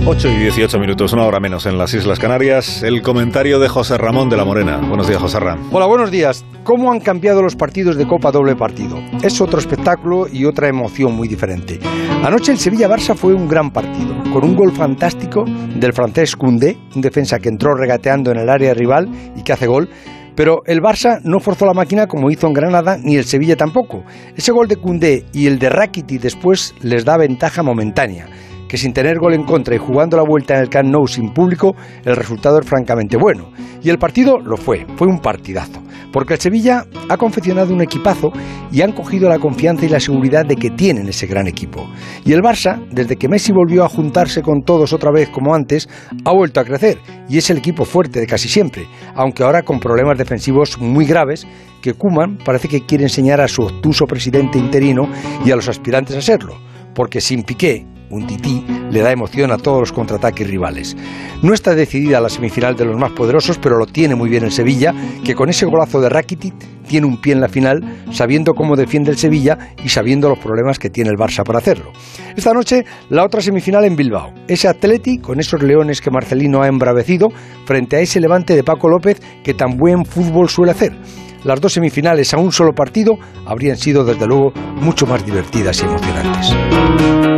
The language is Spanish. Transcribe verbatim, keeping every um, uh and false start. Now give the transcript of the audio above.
ocho y dieciocho minutos, una hora menos en las Islas Canarias. El comentario de José Ramón de la Morena. Buenos días, José Ramón. Hola, buenos días. ¿Cómo han cambiado los partidos de Copa doble partido? Es otro espectáculo y otra emoción muy diferente. Anoche el Sevilla-Barça fue un gran partido, con un gol fantástico del francés Koundé, un defensa que entró regateando en el área rival y que hace gol. Pero el Barça no forzó la máquina como hizo en Granada, ni el Sevilla tampoco. Ese gol de Koundé y el de Rakitic después les da ventaja momentánea, que sin tener gol en contra y jugando la vuelta en el Camp Nou sin público, el resultado es francamente bueno. Y el partido lo fue, fue un partidazo, porque el Sevilla ha confeccionado un equipazo y han cogido la confianza y la seguridad de que tienen ese gran equipo. Y el Barça, desde que Messi volvió a juntarse con todos otra vez como antes, ha vuelto a crecer y es el equipo fuerte de casi siempre, aunque ahora con problemas defensivos muy graves que Koeman parece que quiere enseñar a su obtuso presidente interino y a los aspirantes a serlo, porque sin Piqué, un tití, le da emoción a todos los contraataques rivales. No está decidida la semifinal de los más poderosos, pero lo tiene muy bien el Sevilla, que con ese golazo de Rakitic tiene un pie en la final, sabiendo cómo defiende el Sevilla y sabiendo los problemas que tiene el Barça para hacerlo. Esta noche, la otra semifinal en Bilbao. Ese Atleti, con esos leones que Marcelino ha embravecido, frente a ese Levante de Paco López, que tan buen fútbol suele hacer. Las dos semifinales a un solo partido habrían sido, desde luego, mucho más divertidas y emocionantes.